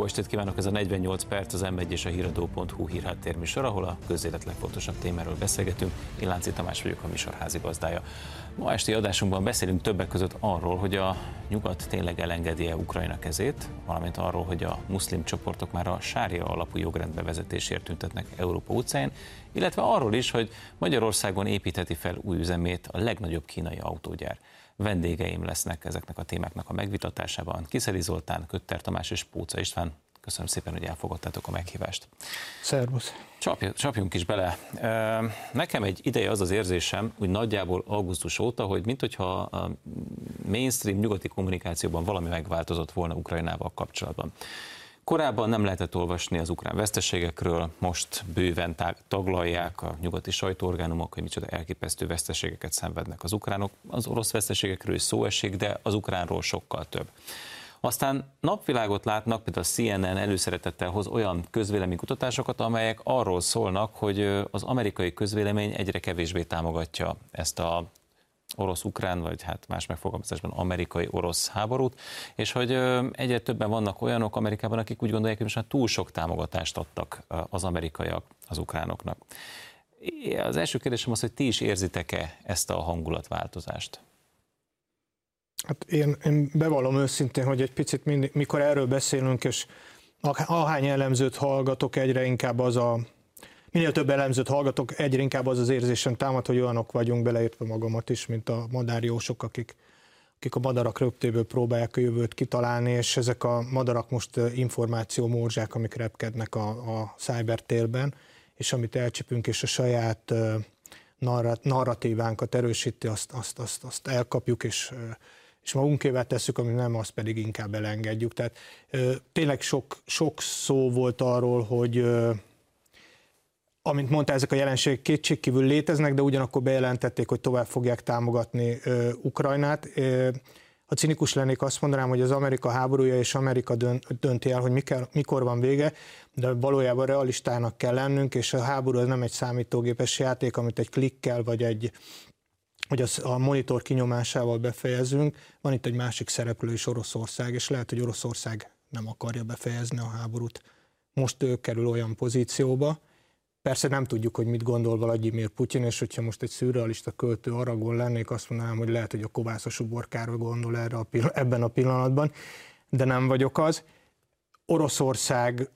estét kívánok, ez a 48 perc, az M1 és a Híradó.hu hírháttérműsor, ahol a közélet legfontosabb témáról beszélgetünk. Én Lánci Tamás vagyok, a műsor házigazdája. Ma esti adásunkban beszélünk többek között arról, hogy a nyugat tényleg elengedi-e Ukrajna kezét, valamint arról, hogy a muszlim csoportok már a sária alapú jogrend bevezetésért tüntetnek Európa utcáin, illetve arról is, hogy Magyarországon építheti fel új üzemét a legnagyobb kínai autógyár. Vendégeim lesznek ezeknek a témáknak a megvitatásában. Kiszeli Zoltán, Kötter Tamás és Póca István. Köszönöm szépen, hogy elfogadtátok a meghívást. Szervusz. Csapjunk is bele. Nekem egy ideje az az érzésem, úgy nagyjából augusztus óta, hogy minthogyha a mainstream nyugati kommunikációban valami megváltozott volna Ukrajnával kapcsolatban. Korábban nem lehetett olvasni az ukrán veszteségekről, most bőven taglalják a nyugati sajtóorgánumok, hogy micsoda elképesztő veszteségeket szenvednek az ukránok. Az orosz veszteségekről is szó esik, de az ukránról sokkal több. Aztán napvilágot látnak, például a CNN előszeretettel hoz olyan közvéleménykutatásokat, amelyek arról szólnak, hogy az amerikai közvélemény egyre kevésbé támogatja ezt a orosz-ukrán, vagy hát más megfogalmazásban amerikai-orosz háborút, és hogy egyre többen vannak olyanok Amerikában, akik úgy gondolják, hogy most már túl sok támogatást adtak az amerikaiak az ukránoknak. Az első kérdésem az, hogy ti is érzitek-e ezt a hangulatváltozást? Hát én bevallom őszintén, hogy egy picit mikor erről beszélünk, és ahány elemzőt hallgatok, egyre inkább minél több elemzőt hallgatok, egyre inkább az érzésem támad, hogy olyanok vagyunk, beleértve magamat is, mint a madárjósok, akik a madarak röptéből próbálják a jövőt kitalálni, és ezek a madarak most információmorzsák, amik repkednek a cybertérben, és amit elcsipünk, és a saját narratívánkat erősíti, azt elkapjuk, és magunkévá tesszük, ami nem, azt pedig inkább elengedjük. Tehát tényleg sok szó volt arról, hogy amint mondta, ezek a jelenségek kétségkívül léteznek, de ugyanakkor bejelentették, hogy tovább fogják támogatni Ukrajnát. Ha cinikus lennék, azt mondanám, hogy az Amerika háborúja és Amerika dönti el, hogy mikor van vége, de valójában realistának kell lennünk, és a háború az nem egy számítógépes játék, amit egy klikkel vagy a monitor kinyomásával befejezünk. Van itt egy másik szereplő is, Oroszország, és lehet, hogy Oroszország nem akarja befejezni a háborút. Most ő kerül olyan pozícióba. Persze nem tudjuk, hogy mit gondol Vladimir Putyin, és hogyha most egy szürrealista költő Aragon lennék, azt mondanám, hogy lehet, hogy a kovászos uborkáról gondol ebben a pillanatban, de nem vagyok az. Oroszország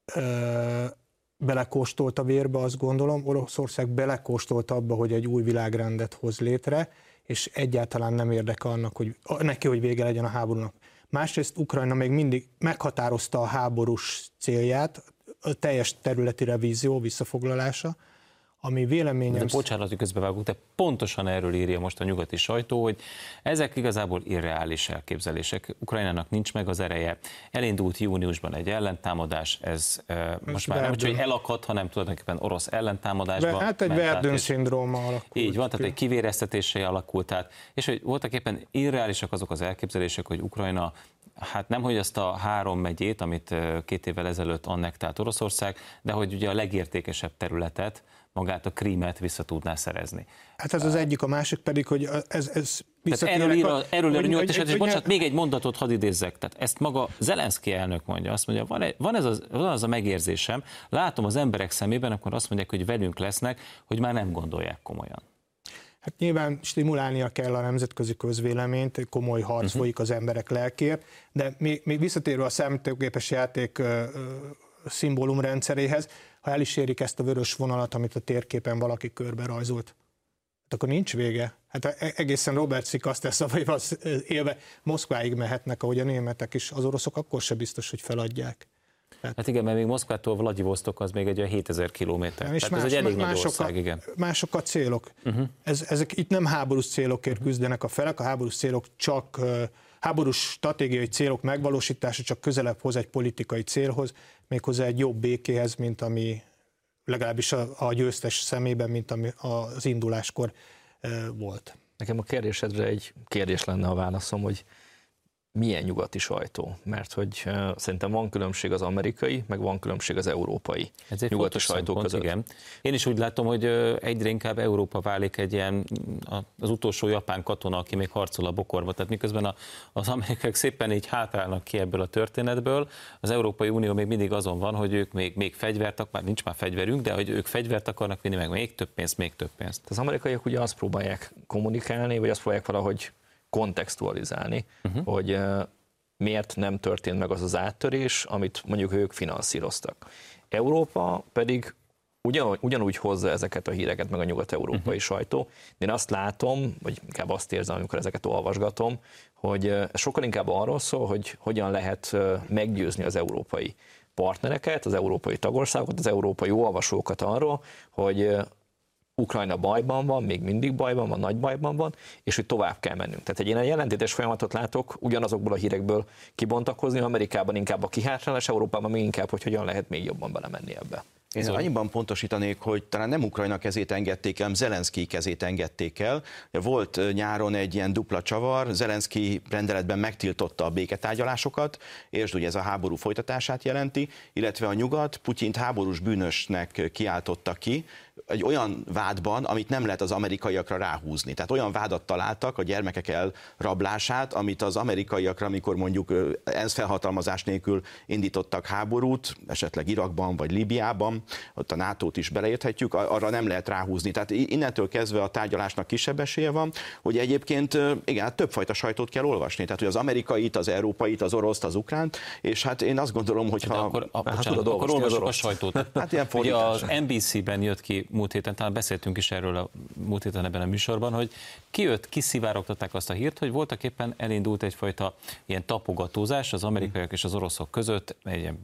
belekóstolt a vérbe, azt gondolom, Oroszország belekóstolt abba, hogy egy új világrendet hoz létre, és egyáltalán nem érdekel annak, hogy neki, hogy vége legyen a háborúnak. Másrészt Ukrajna még mindig meghatározta a háborús célját, a teljes területi revízió visszafoglalása, ami véleményem... De bocsánat, hogy közbevágunk, de pontosan erről írja most a nyugati sajtó, hogy ezek igazából irreális elképzelések. Ukrajnának nincs meg az ereje. Elindult júniusban egy ellentámadás, ez most már nem csak elakadt, hanem tulajdonképpen orosz ellentámadásban. Hát egy Verdun-szindróma alakult. Így van, tehát egy kivéreztetésre alakult át, és hogy voltak éppen irreálisak azok az elképzelések, hogy Ukrajna, hát nem, hogy azt a 3 megyét, amit 2 évvel ezelőtt annektált Oroszország, de hogy ugye a legértékesebb területet, magát a Krímet vissza tudná szerezni. Hát ez az egyik, a másik pedig, hogy ez erről nyújt, és bocsánat, még egy mondatot hadd idézzek. Tehát ezt maga Zelenszky elnök mondja, azt mondja, van az a megérzésem, látom az emberek szemében, akkor azt mondják, hogy velünk lesznek, hogy már nem gondolják komolyan. Hát nyilván stimulálnia kell a nemzetközi közvéleményt, komoly harc folyik az emberek lelkért, de még visszatérve a számítógépes játék szimbólumrendszeréhez, ha el is érik ezt a vörös vonalat, amit a térképen valaki körbe rajzolt, akkor nincs vége. Hát egészen Robert Szikaszter szavaival élve Moszkváig mehetnek, ahogy a németek is, az oroszok akkor se biztos, hogy feladják. Hát igen, mert még Moszkvától Vladivostok az még egy olyan 7000 kilométer. Tehát ez egy elég nagy ország, igen. Mások a célok. Ezek itt nem háborús célokért küzdenek a felek, a háborús célok csak háborús stratégiai célok megvalósítása csak közelebb hoz egy politikai célhoz, méghozzá egy jobb békéhez, mint ami legalábbis a győztes szemében, mint ami az induláskor volt. Nekem a kérdésedre egy kérdés lenne a válaszom, hogy milyen nyugati sajtó, mert hogy szerintem van különbség az amerikai, meg van különbség az európai nyugati sajtó között. Igen. Én is úgy látom, hogy egyre inkább Európa válik egy ilyen az utolsó japán katona, aki még harcol a bokorba, tehát miközben az amerikaiak szépen így hátrálnak ki ebből a történetből, az Európai Unió még mindig azon van, hogy ők még fegyvert, már nincs már fegyverünk, de hogy ők fegyvert akarnak vinni, meg még több pénzt, még több pénzt. Az amerikaiak ugye azt próbálják kommunikálni, vagy azt próbálják valahogy kontextualizálni, hogy miért nem történt meg az az áttörés, amit mondjuk ők finanszíroztak. Európa pedig ugyanúgy hozza ezeket a híreket, meg a nyugat-európai sajtó. De én azt látom, vagy inkább azt érzem, amikor ezeket olvasgatom, hogy sokkal inkább arról szól, hogy hogyan lehet meggyőzni az európai partnereket, az európai tagországokat, az európai olvasókat arról, hogy Ukrajna bajban van, még mindig bajban van, nagy bajban van, és hogy tovább kell mennünk. Tehát egy ilyen ellentétes folyamatot látok ugyanazokból a hírekből kibontakozni, Amerikában inkább a kihátrálás, Európában még inkább, hogy hogyan lehet még jobban belemenni ebbe. Én annyiban pontosítanék, hogy talán nem Ukrajna kezét engedték el, hanem Zelenszkij kezét engedték el. Volt nyáron egy ilyen dupla csavar, Zelenszkij rendeletben megtiltotta a béketárgyalásokat, és ugye ez a háború folytatását jelenti, illetve a nyugat Putyint háborús bűnösnek kiáltotta ki, egy olyan vádban, amit nem lehet az amerikaiakra ráhúzni. Tehát olyan vádat találtak, a gyermekek elrablását, amit az amerikaiakra, amikor mondjuk ENSZ felhatalmazás nélkül indítottak háborút, esetleg Irakban vagy Líbiában, ott a NATO-t is beleérthetjük, arra nem lehet ráhúzni. Tehát innentől kezdve a tárgyalásnak kisebb esélye van, hogy egyébként igen, hát többfajta sajtót kell olvasni. Tehát, hogy az amerikait, az európait, az oroszt, az ukránt, és hát én azt gondolom, hogy akkor olvasok a sajtót. Hát ilyen ugye az NBC-ben jött ki múlt héten, talán beszéltünk is erről a múlt héten ebben a műsorban, hogy kiszivárogtatták azt a hírt, hogy voltak éppen elindult egyfajta ilyen tapogatózás az amerikaiak és az oroszok között, egy ilyen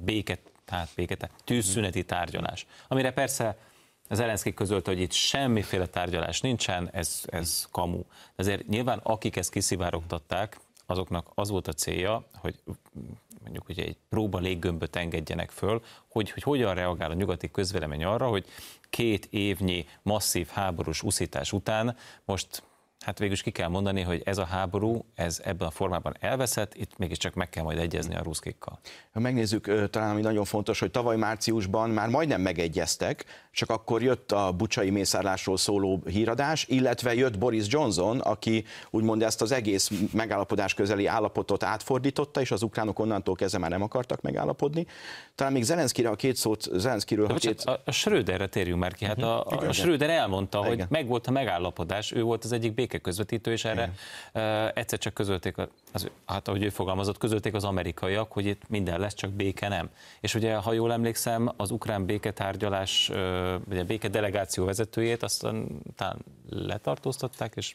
tűzszüneti tárgyalás. Amire persze az Zelenszkij közölte, hogy itt semmiféle tárgyalás nincsen, ez kamu. De azért nyilván akik ezt kiszivárogtatták, azoknak az volt a célja, hogy mondjuk hogy egy próba léggömböt engedjenek föl, hogy hogyan reagál a nyugati közvélemény arra, hogy 2 évnyi masszív háborús uszítás után most hát végül is ki kell mondani, hogy ez a háború, ez ebben a formában elveszett, itt mégiscsak meg kell majd egyezni a ruszkikkal. Ha megnézzük, talán ami nagyon fontos, hogy tavaly márciusban már majdnem megegyeztek, csak akkor jött a bucsai mészárlásról szóló híradás, illetve jött Boris Johnson, aki úgymond ezt az egész megállapodás közeli állapotot átfordította, és az ukránok onnantól kezdve már nem akartak megállapodni. Talán még Zelenszkijre a két szót, Zelenszkijről... A Schröderre térjünk már ki, hát a Schröder elmondta, hogy megvolt a megállapodás, ő volt az egyik békeközvetítő, és erre egyszer csak közölték, hát ahogy ő fogalmazott, közölték az amerikaiak, hogy itt minden lesz, csak béke nem. És ugye, ha jól emlékszem, az ukrán béketárgyalás, vagy a békedelegáció vezetőjét aztán talán letartóztatták, és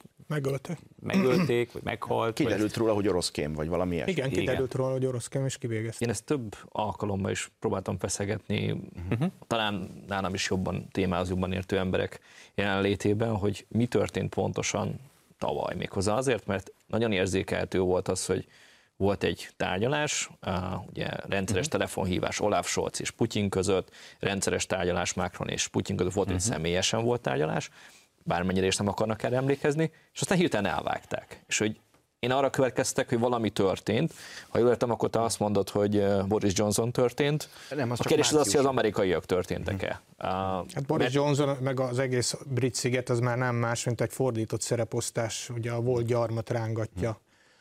megölték, vagy meghalt. Kiderült róla, hogy oroszkém, vagy valami ilyesmi. Igen, kiderült róla, hogy oroszkém, és kivégezték. Én ezt több alkalommal is próbáltam feszegetni, talán nálam is jobban jobban értő emberek jelenlétében, hogy mi történt pontosan tavaly. Méghozzá azért, mert nagyon érzékelhető volt az, hogy volt egy tárgyalás, ugye rendszeres telefonhívás Olaf Scholz és Putyin között, rendszeres tárgyalás Macron és Putyin között, volt egy személyesen volt tárgyalás, bármennyire is nem akarnak erre emlékezni, és aztán hirtelen elvágták. És hogy én arra következtek, hogy valami történt. Ha jól értem, akkor te azt mondod, hogy Boris Johnson történt. Nem, a kérdés az, hogy az amerikaiak történtek-e. Hát Boris Johnson meg az egész brit sziget az már nem más, mint egy fordított szereposztás, ugye a volt gyarmat rángatja,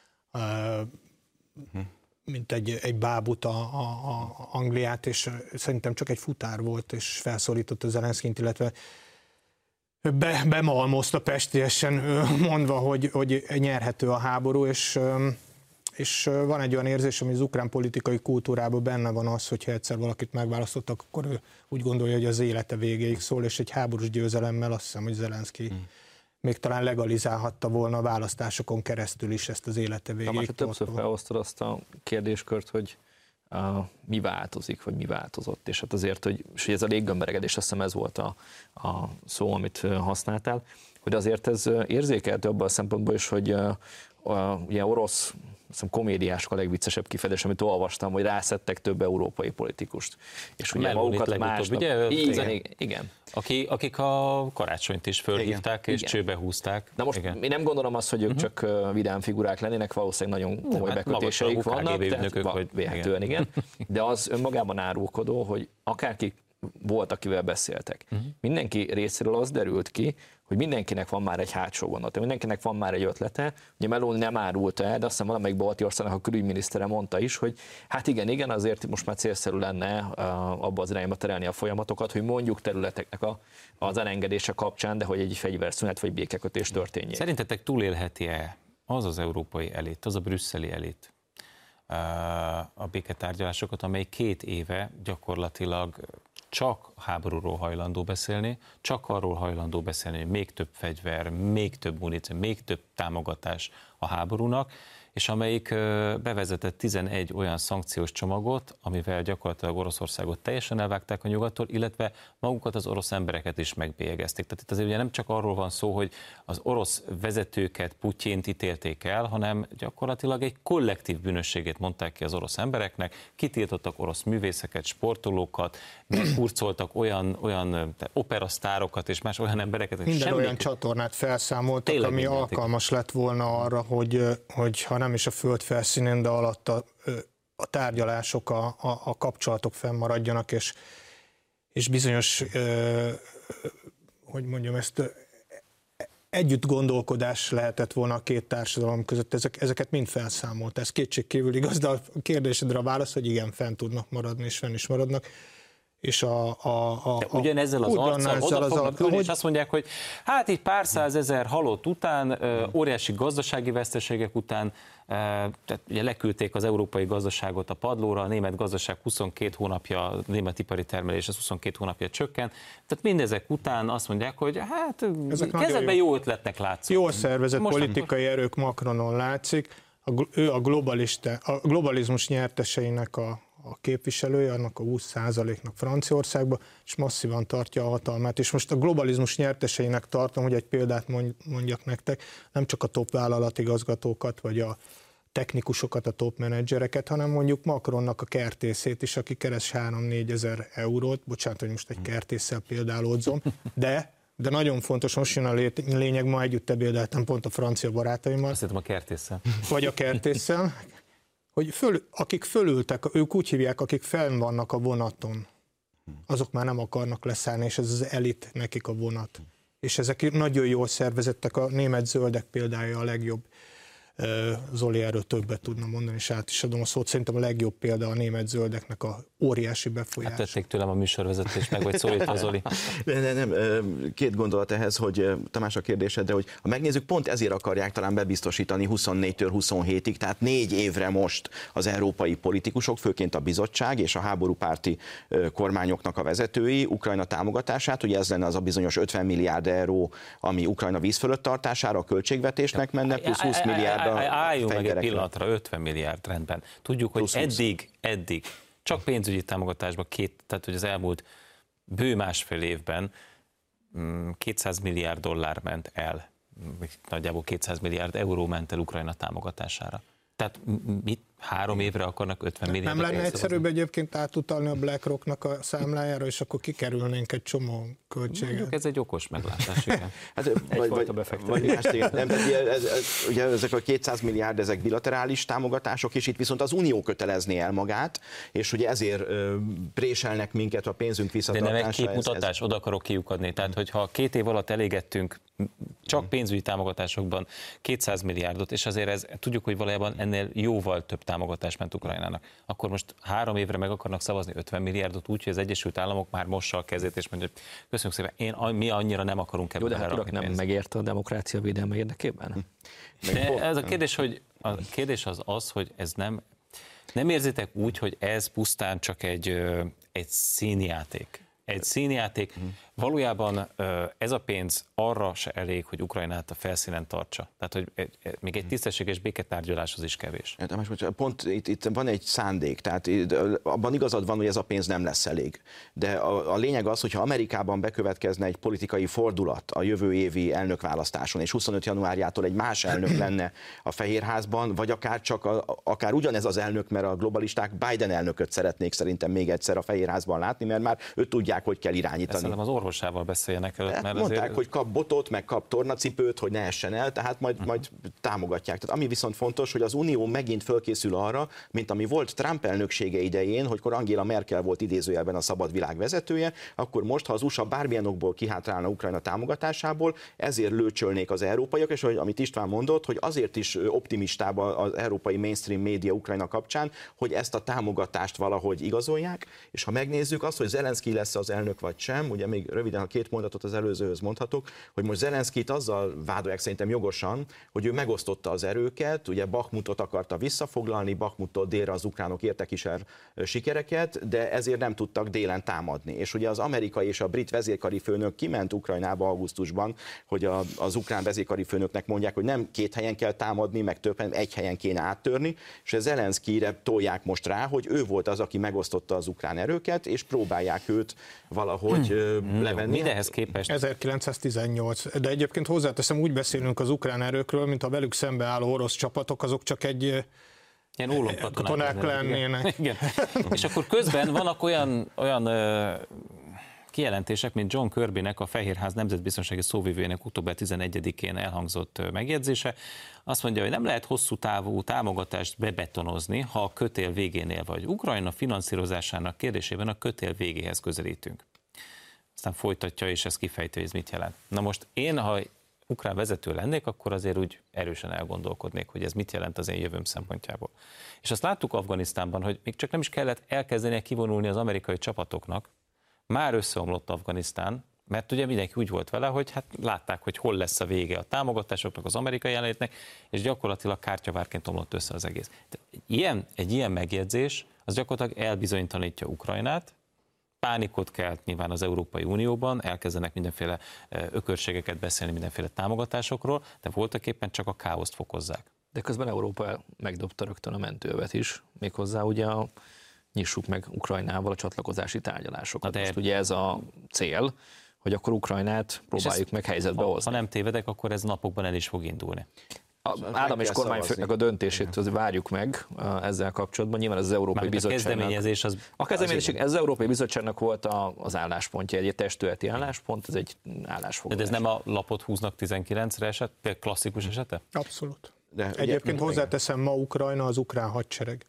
mint egy bábut a Angliát, és szerintem csak egy futár volt, és felszólított a Zelenszkijt, illetve bemalmozta pestiesen, mondva, hogy nyerhető a háború, és van egy olyan érzés, ami az ukrán politikai kultúrában benne van az, hogyha egyszer valakit megválasztottak, akkor ő úgy gondolja, hogy az élete végéig szól, és egy háborús győzelemmel azt hiszem, hogy Zelenszkij még talán legalizálhatta volna a választásokon keresztül is ezt az élete végéig. Tamás, többször felhoztad azt a kérdéskört, hogy mi változik, vagy mi változott, és hát azért, hogy ez a léggömberegedés, azt hiszem ez volt a szó, amit használtál, hogy azért ez érzékelhető abban a szempontból is, hogy ugye orosz komédiások a legviccesebb kifejezés, amit olvastam, hogy rászettek több európai politikust. És ugye magukat másnak... Ugye? Igen. Akik a Karácsonyt is fölhívták és csőbe húzták. Na most én nem gondolom azt, hogy ők csak vidám figurák lennének, valószínűleg nagyon komoly bekötéseik vannak, véletlenül igen. De az önmagában árulkodó, hogy akárki volt, akivel beszéltek. Mindenki részéről az derült ki, hogy mindenkinek van már egy hátsó gondolata, mindenkinek van már egy ötlete. Ugye Meloni nem árulta el, de azt hiszem valamelyik balti országnak a külügyminisztere mondta is, hogy hát igen, azért most már célszerű lenne abba az irányba terelni a folyamatokat, hogy mondjuk területeknek az elengedése kapcsán, de hogy egy fegyverszünet vagy békekötés történjék. Szerintetek túlélheti-e az európai elit, az a brüsszeli elit a béketárgyalásokat, amely 2 éve gyakorlatilag csak háborúról hajlandó beszélni, csak arról hajlandó beszélni, hogy még több fegyver, még több muníció, még több támogatás a háborúnak, és amelyik bevezetett 11 olyan szankciós csomagot, amivel gyakorlatilag Oroszországot teljesen elvágták a nyugattól, illetve magukat az orosz embereket is megbélyegezték. Tehát itt azért ugye nem csak arról van szó, hogy az orosz vezetőket, Putyint ítélték el, hanem gyakorlatilag egy kollektív bűnösségét mondták ki az orosz embereknek, kitiltottak orosz művészeket, sportolókat, meghurcoltak olyan operasztárokat és más olyan embereket. Minden olyan csatornát felszámoltak, ami alkalmas lett volna arra, hogy ha nem is a föld felszínén, de alatt a tárgyalások, a kapcsolatok fennmaradjanak, és bizonyos, hogy mondjam ezt, együtt gondolkodás lehetett volna a két társadalom között, ezeket mind felszámolt. Ez kétségkívül igaz, de a kérdésedre a válasz, hogy igen, fenn tudnak maradni, és fenn is maradnak. És ugyanezzel az arccal oda fognak ülni, és azt mondják, hogy hát így pár százezer halott után, óriási gazdasági veszteségek után, tehát ugye leküldték az európai gazdaságot a padlóra, a német gazdaság 22 hónapja, a német ipari termelés az 22 hónapja csökken, tehát mindezek után azt mondják, hogy hát kezdetben jó ötletnek látszik. Jól szervezett politikai erők Macronon látszik, ő a globalizmus nyerteseinek a képviselője, annak a 20%-nak Franciaországban, és masszívan tartja a hatalmát. És most a globalizmus nyerteseinek tartom, hogy egy példát mondjak nektek, nem csak a top vállalatigazgatókat, vagy a technikusokat, a top menedzsereket, hanem mondjuk Macronnak a kertészét is, aki keres 3-4 ezer eurót, bocsánat, hogy most egy kertésszel példálódzom, de nagyon fontos, most jön a lényeg, ma együtt ebédeltem pont a francia barátaimmal. Azt hittem a kertésszel. Vagy a kertésszel. Hogy akik fölültek, ők úgy hívják, akik fenn vannak a vonaton, azok már nem akarnak leszállni, és ez az elit nekik a vonat. És ezek nagyon jól szervezettek, a német zöldek példája a legjobb. Zoli erről többet tudna mondani, és át is adom a szót. Szerintem a legjobb példa a német zöldeknek a óriási befolyása. Hát tették tőlem a műsorvezetést, meg vagy szólítva, Zoli. Nem, 2 gondolat ehhez, hogy Tamás a kérdésedre, hogy ha megnézzük, pont ezért akarják talán bebiztosítani 24-től 27-ig, tehát 4 évre most az európai politikusok, főként a bizottság és a háborúpárti kormányoknak a vezetői Ukrajna támogatását, ugye ez lenne az a bizonyos 50 milliárd euró, ami Ukrajna víz fölött tartására a költségvetésnek menne, plusz 20 milliárd álljunk meg egy pillanatra, 50 milliárd rendben. Tudjuk, hogy eddig csak pénzügyi támogatásban tehát hogy az elmúlt bő másfél évben 200 milliárd dollár ment el, nagyjából 200 milliárd euró ment el Ukrajna támogatására. Tehát 3 évre akarnak 50 milliárd. Nem lenne egyszerűbb egyébként átutalni a BlackRocknak a számlájára, és akkor kikerülnénk egy csomó költséget. Mondjuk ez egy okos meglátás, igen. Hát, ugye ezek a 200 milliárd, ezek bilaterális támogatások, és itt viszont az Unió kötelezné el magát, és ugye ezért préselnek minket a pénzünk visszatartására. De nem egy képmutatás, oda akarok kiukadni. Tehát, hogyha 2 év alatt elégettünk csak pénzügyi támogatásokban 200 milliárdot, és azért tudjuk, hogy valójában ennél jóval több támogatás ment Ukrajnának, akkor most 3 évre meg akarnak szavazni 50 milliárdot úgy, hogy az Egyesült Államok már mossa a kezét, és mondja, köszönjük szépen, mi annyira nem akarunk ebben belerakni pénzt. Nem megérte a demokrácia védelme érdekében? Ez a kérdés, hogy a kérdés az, hogy ez nem érzitek úgy, hogy ez pusztán csak egy színjáték. Egy színjáték, valójában ez a pénz arra se elég, hogy Ukrajnát a felszínen tartsa. Tehát, hogy még egy tisztességes béketárgyaláshoz is kevés. Pont itt van egy szándék, tehát abban igazad van, hogy ez a pénz nem lesz elég. De a lényeg az, hogyha Amerikában bekövetkezne egy politikai fordulat a jövő évi elnökválasztáson, és 25 januárjától egy más elnök lenne a Fehérházban, vagy akár ugyanez az elnök, mert a globalisták Biden elnököt szeretnék szerintem még egyszer a Fehérházban látni, mert már őt tudják, hogy kell irányítani. Szerintem az orvosával beszéljenek előtt, mert mondták, azért... hogy kap botot, meg kap tornacipőt, hogy ne essen el, tehát majd támogatják. Tehát ami viszont fontos, hogy az Unió megint fölkészül arra, mint ami volt Trump elnöksége idején, hogy Angela Merkel volt idézőjelben a szabad világ vezetője, akkor most, ha az USA bármilyen okból kihátrálna Ukrajna támogatásából, ezért lőcsölnék az európaiak, és amit István mondott, hogy azért is optimistább az európai mainstream média Ukrajna kapcsán, hogy ezt a támogatást valahogy igazolják, és ha megnézzük azt, hogy Zelenszky lesz az elnök vagy sem, ugye még röviden, ha két mondatot az előzőhöz mondhatok, hogy most Zelenszkyt azzal vádolják szerintem jogosan, hogy ő megosztotta az erőket, ugye Bakhmutot akarta visszafoglalni, Bakhmuttól délre az ukránok értek is el sikereket, de ezért nem tudtak délen támadni. És ugye az amerikai és a brit vezérkari főnök kiment Ukrajnába augusztusban, hogy az ukrán vezérkari főnöknek mondják, hogy nem két helyen kell támadni, meg több, hanem egy helyen kéne áttörni, és Zelenszkyre tolják most rá, hogy ő volt az, aki megosztotta az ukrán erőket, és próbálják őt valahogy levenni. Mindenhez képest? 1918. De egyébként hozzáteszem, úgy beszélünk az ukrán erőkről, mint a velük szembeálló orosz csapatok, azok csak egy ilyen ólomkatonák lennének. Igen. És akkor közben vannak olyan kijelentések, mint John Kirbynek, a Fehérház nemzetbiztonsági szóvivőjének október 11-én elhangzott megjegyzése. Azt mondja, hogy nem lehet hosszú távú támogatást bebetonozni, ha a kötél végénél vagy. Ukrajna finanszírozásának kérdésében a kötél végéhez közelítünk. Aztán folytatja, és ezt kifejti, hogy ez mit jelent. Na most én, ha ukrán vezető lennék, akkor azért úgy erősen elgondolkodnék, hogy ez mit jelent az én jövőm szempontjából. És azt láttuk Afganisztánban, hogy még csak nem is kellett elkezdenie kivonulni az amerikai csapatoknak, már összeomlott Afganisztán, mert ugye mindenki úgy volt vele, hogy hát látták, hogy hol lesz a vége a támogatásoknak, az amerikai jelenlétnek, és gyakorlatilag kártyavárként omlott össze az egész. Egy ilyen megjegyzés, az gyakorlatilag elbizonytalanítja Ukrajnát, pánikot kelt nyilván az Európai Unióban, elkezdenek mindenféle ökörségeket beszélni mindenféle támogatásokról, de voltaképpen csak a káoszt fokozzák. De közben Európa megdobta rögtön a mentővet is, méghozzá ugye nyissuk meg Ukrajnával a csatlakozási tárgyalásokat. Most ugye ez a cél, hogy akkor Ukrajnát próbáljuk meg helyzetbe hozni. Ha nem tévedek, akkor ez napokban el is fog indulni. Állam és kormányfőknek a döntését várjuk meg ezzel kapcsolatban. Nyilván az Európai Bizottságnak. A kezdeményezés ez az Európai Bizottságnak volt az álláspontja, egy testületi álláspont, ez egy állásfoglalás. De ez nem a lapot húznak 19-re eset, klasszikus esete? Abszolút. De egyébként hozzáteszem, ma Ukrajna az ukrán hadsereg.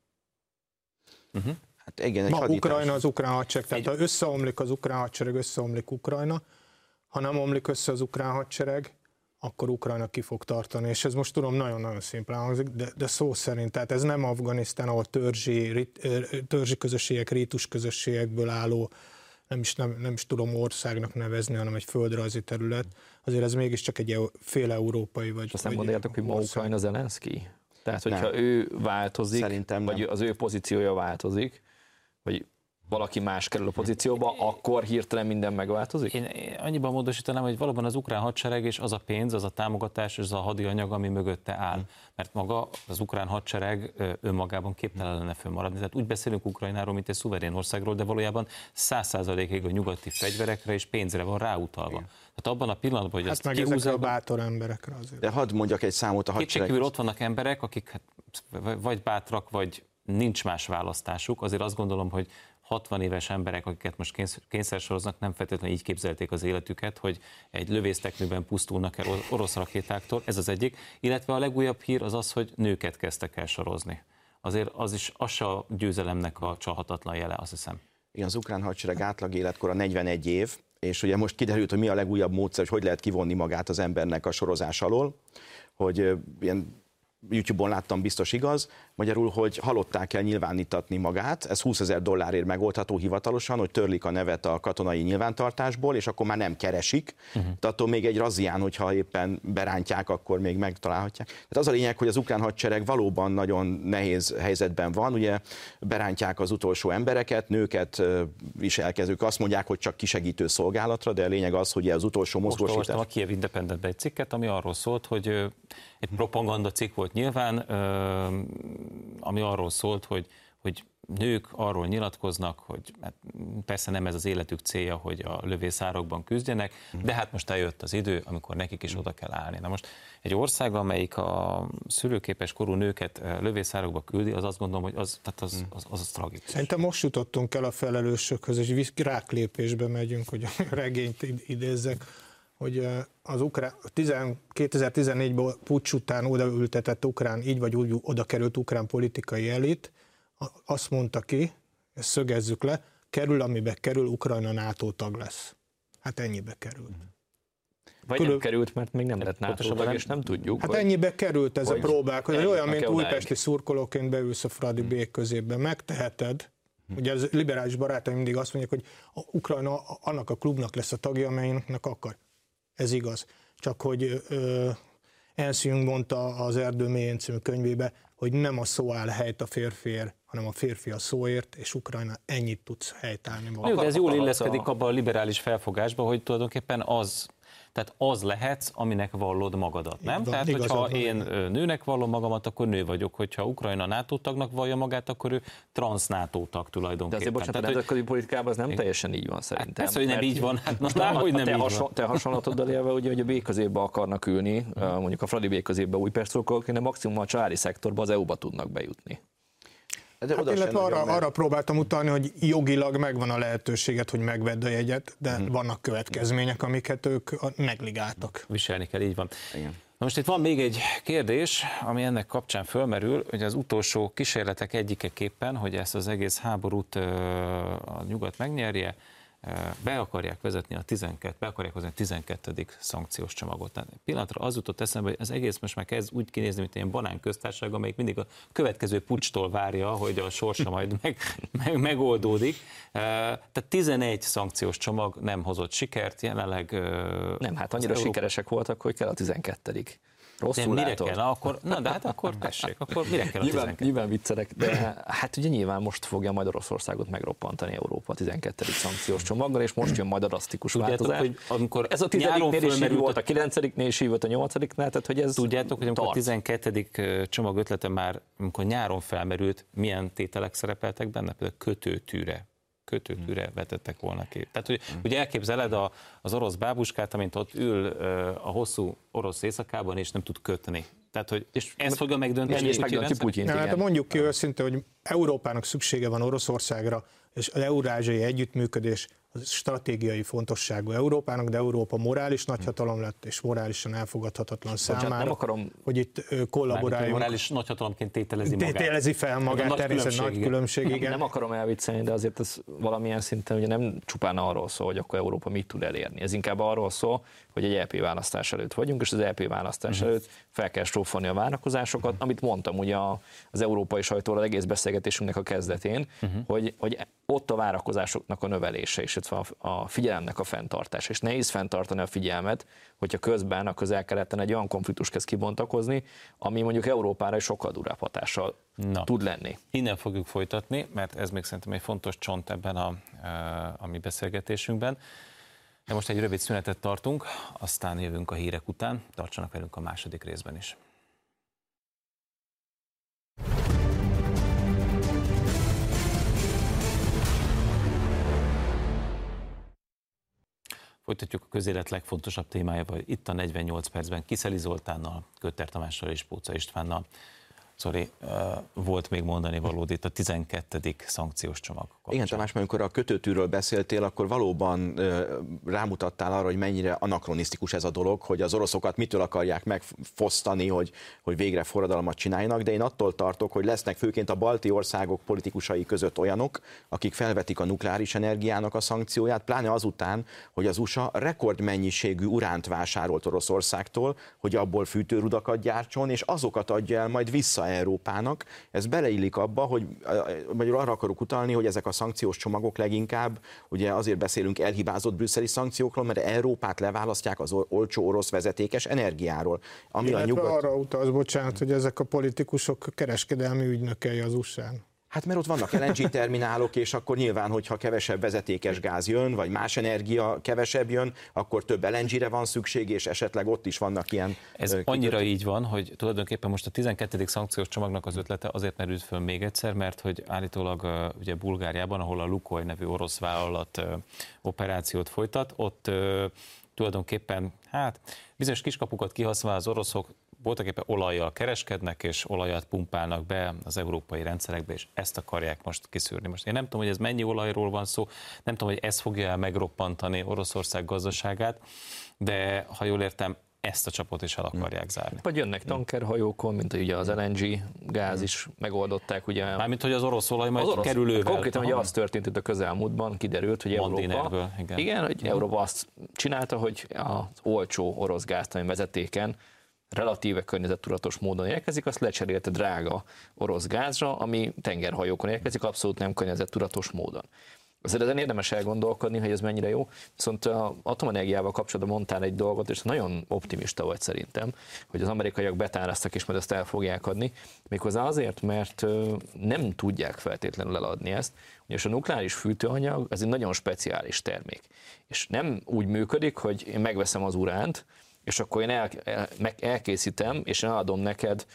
Hát igen, ma Ukrajna az ukrán hadsereg, tehát ha összeomlik az ukrán hadsereg, összeomlik Ukrajna, ha nem omlik össze az ukrán hadsereg, akkor Ukrajna ki fog tartani. És ez most tudom, nagyon-nagyon szimplán hangzik, de szó szerint, tehát ez nem Afganisztán, ahol törzsi közösségek, rítus közösségekből álló, nem is tudom országnak nevezni, hanem egy földrajzi terület. Azért ez mégiscsak egy fél európai vagy. Azt nem gondoljátok, hogy ma Ukrajna Zelenszky? Tehát, hogyha ő változik, szerintem vagy az ő pozíciója változik, vagy valaki más kerül a pozícióba, akkor hirtelen minden megváltozik? Én annyiban módosítanám, hogy valóban az ukrán hadsereg és az a pénz, az a támogatás, az a hadianyag, ami mögötte áll. Mert maga az ukrán hadsereg önmagában képtelen lenne fönnmaradni. Tehát úgy beszélünk Ukrajnáról, mint egy szuverén országról, de valójában 100%-ig a nyugati fegyverekre és pénzre van ráutalva. Tehát abban a pillanatban, hogy ezt kihúzzák a bátor emberekre azért. De hadd mondjak egy számot a hadsereg. Kétségkívül ott vannak emberek, akik vagy bátrak, vagy nincs más választásuk. Azért azt gondolom, hogy 60 éves emberek, akiket most kényszersoroznak, nem feltétlenül így képzelték az életüket, hogy egy lövészteknőben pusztulnak el orosz rakétáktól, ez az egyik, illetve a legújabb hír az az, hogy nőket kezdtek el sorozni. Azért az a győzelemnek a csalhatatlan jele, azt hiszem. Igen, az ukrán hadsereg átlag életkora 41 év, és ugye most kiderült, hogy mi a legújabb módszer, hogy lehet kivonni magát az embernek a sorozás alól, hogy ilyen YouTube-on láttam, biztos igaz, magyarul, hogy halották kell nyilvánítatni magát, ez $20,000 megoldható hivatalosan, hogy törlik a nevet a katonai nyilvántartásból, és akkor már nem keresik, de attól még egy razzián, hogyha éppen berántják, akkor még megtalálhatják. Tehát az a lényeg, hogy az ukrán hadsereg valóban nagyon nehéz helyzetben van, ugye berántják az utolsó embereket, nőket, viselkezők azt mondják, hogy csak kisegítő szolgálatra, de a lényeg az, hogy az utolsó mozgósítás. Most olvastam a Kiev Independentben egy cikket, ami arról szólt, hogy egy propaganda cikk volt nyilván, ami arról szólt, hogy nők arról nyilatkoznak, hogy hát persze nem ez az életük célja, hogy a lövészárokban küzdjenek, de hát most eljött az idő, amikor nekik is oda kell állni. Na most egy ország, amelyik a szülőképes korú nőket lövészárokba küldi, az azt gondolom, hogy az tragikus. Szerintem most jutottunk el a felelősökhöz, és ráklépésbe megyünk, hogy a regényt idézzek, hogy az 2014-ben puccs után odaültetett ukrán, így vagy úgy oda került ukrán politikai elit, azt mondta ki, ezt szögezzük le, kerül, amibe kerül, Ukrajna NATO tag lesz. Hát ennyibe került. Vagy nem került, mert még nem lett NATO tag, és nem tudjuk. Hát ennyibe került ez a próbálkozás. Olyan, mint újpesti szurkolóként beülsz a Fradi B középbe, megteheted. Ugye az liberális barátaim mindig azt mondják, hogy Ukrajna annak a klubnak lesz a tagja, amelynek akar. Ez igaz. Csak hogy Ernst Jung mondta az Erdő mélyén című könyvébe, hogy nem a szó áll helyt a férfiért, hanem a férfi a szóért, és Ukrajna ennyit tudsz helytállni maga. De ez jól illeszkedik abban a liberális felfogásba, hogy tulajdonképpen az lehetsz, aminek vallod magadat, nem? Van, tehát, hogyha én nőnek vallom magamat, akkor nő vagyok, hogyha Ukrajna NATO tagnak vallja magát, akkor ő transz-NATO tag tulajdonképpen. De azért bocsánat, a nemzetközi politikában ez nem teljesen így van szerintem. Persze, hogy nem így van, hát most hogy nem így van. Te hasonlatoddal élve, ugye, hogy a B-középbe akarnak ülni, mondjuk a Fradi B-középbe Újpest szurkolók, de maximum a családi szektorba, az EU-ba tudnak bejutni. Hát illetve arra próbáltam utalni, hogy jogilag megvan a lehetőséget, hogy megvedd a jegyet, de vannak következmények, amiket ők negligáltak. Viselni kell, így van. Igen. Na most itt van még egy kérdés, ami ennek kapcsán fölmerül, hogy az utolsó kísérletek egyikeképpen, hogy ezt az egész háborút a nyugat megnyerje, be akarják vezetni a 12. szankciós csomagot. Tehát pillanatra az jutott eszembe, hogy az egész most már kezd úgy kinézni, mint ilyen banánköztársaság, amelyik mindig a következő pucstól várja, hogy a sorsa majd megoldódik. Tehát 11 szankciós csomag nem hozott sikert, jelenleg... Nem, hát annyira sikeresek voltak, hogy kell a 12. Rosszul mire kell? De hát akkor tessék, akkor mire kell a 12? Nyilván viccelek, de hát ugye nyilván most fogja majd Oroszországot megroppantani Európa a 12. szankciós csomaggal, és most jön majd a drasztikus változás. Hogy amikor ez a 10-nél is így volt, a 9-nél is így volt, a 8-nál, tehát hogy ez tudjátok, hogy amikor a 12. csomag ötlete már, amikor nyáron felmerült, milyen tételek szerepeltek benne? Például kötőtűre vetettek volna ki. Tehát, hogy ugye elképzeled az orosz bábuskát, amint ott ül a hosszú orosz éjszakában, és nem tud kötni. Tehát, hogy ezt fogja megdönteni Putyint. Hát mondjuk ki őszintén, hogy Európának szüksége van Oroszországra, és az eurázsiai együttműködés az stratégiai fontosságú Európának, de Európa morális nagyhatalom lett, és morálisan elfogadhatatlan számára, nem akarom, hogy itt kollaboráljunk. Morális nagyhatalomként tételezi magát. Tételezi fel magát, természetesen nagy különbség, igen. Nem akarom elviccelni, de azért ez valamilyen szinten ugye nem csupán arról szól, hogy akkor Európa mit tud elérni. Ez inkább arról szól, hogy egy EP választás előtt vagyunk, és az EP választás előtt fel kell strófolni a várakozásokat, amit mondtam ugye az európai sajtóra az egész beszélgetésünknek a kezdetén, hogy ott a várakozásoknak a növelése és a figyelemnek a fenntartása. És nehéz fenntartani a figyelmet, hogyha közben a Közel-Keleten egy olyan konfliktus kezd kibontakozni, ami mondjuk Európára is sokkal durább hatással tud lenni. Innen fogjuk folytatni, mert ez még szerintem egy fontos csont ebben a mi beszélgetésünkben. De most egy rövid szünetet tartunk, aztán jövünk a hírek után. Tartsanak velünk a második részben is. Folytatjuk a közélet legfontosabb témájával. Itt a 48 percben Kiszeli Zoltánnal, Kötter Tamással és Póca Istvánnal. Volt még mondani valód, itt a 12. szankciós csomag. kapcsán. Igen, Tamás, amikor a kötőtűről beszéltél, akkor valóban rámutattál arra, hogy mennyire anakronisztikus ez a dolog, hogy az oroszokat mitől akarják megfosztani, hogy végre forradalmat csináljanak, de én attól tartok, hogy lesznek főként a balti országok politikusai között olyanok, akik felvetik a nukleáris energiának a szankcióját, pláne azután, hogy az USA rekordmennyiségű uránt vásárolt Oroszországtól, hogy abból fűtőrudakat gyártson, és azokat adja el majd vissza Európának. Ez beleillik abba, hogy arra akarok utalni, hogy ezek a szankciós csomagok leginkább, ugye azért beszélünk elhibázott brüsszeli szankciókról, mert Európát leválasztják az olcsó orosz vezetékes energiáról. Ami a nyugat... Arra utalsz, bocsánat, hogy ezek a politikusok kereskedelmi ügynökei az USA-n. Hát mert ott vannak LNG terminálok, és akkor nyilván, hogyha kevesebb vezetékes gáz jön, vagy más energia kevesebb jön, akkor több LNG-re van szükség, és esetleg ott is vannak ilyen... Ez annyira így van, hogy tulajdonképpen most a 12. szankciós csomagnak az ötlete azért merült föl még egyszer, mert hogy állítólag ugye Bulgáriában, ahol a Lukoil nevű orosz vállalat operációt folytat, ott tulajdonképpen bizonyos kiskapukat kihasználva az oroszok voltaképpen olajjal kereskednek, és olajat pumpálnak be az európai rendszerekbe, és ezt akarják most kiszűrni. Most én nem tudom, hogy ez mennyi olajról van szó, nem tudom, hogy ez fogja el megroppantani Oroszország gazdaságát, de ha jól értem, ezt a csapot is el akarják zárni. Vagy jönnek tankerhajókon, mint ugye az LNG gáz is megoldották. Ugye mármint, hogy az orosz olaj majd kerülővel. Konkrétan ugye az történt itt a közelmúltban, kiderült, hogy Európa, hogy Európa azt csinálta, hogy az olcsó orosz gáztani vezetéken relatíve környezettudatos módon érkezik, azt lecserélte drága orosz gázra, ami tengerhajókon érkezik, abszolút nem környezettudatos módon. Azért ezen érdemes elgondolkodni, hogy ez mennyire jó, viszont az atomenergiával kapcsolatban mondtál egy dolgot, és nagyon optimista volt szerintem, hogy az amerikaiak betáráztak, és majd ezt el fogják adni, méghozzá azért, mert nem tudják feltétlenül eladni ezt, ugyanis a nukleáris fűtőanyag ez egy nagyon speciális termék, és nem úgy működik, hogy én megveszem az uránt, és akkor én elkészítem, és eladom neked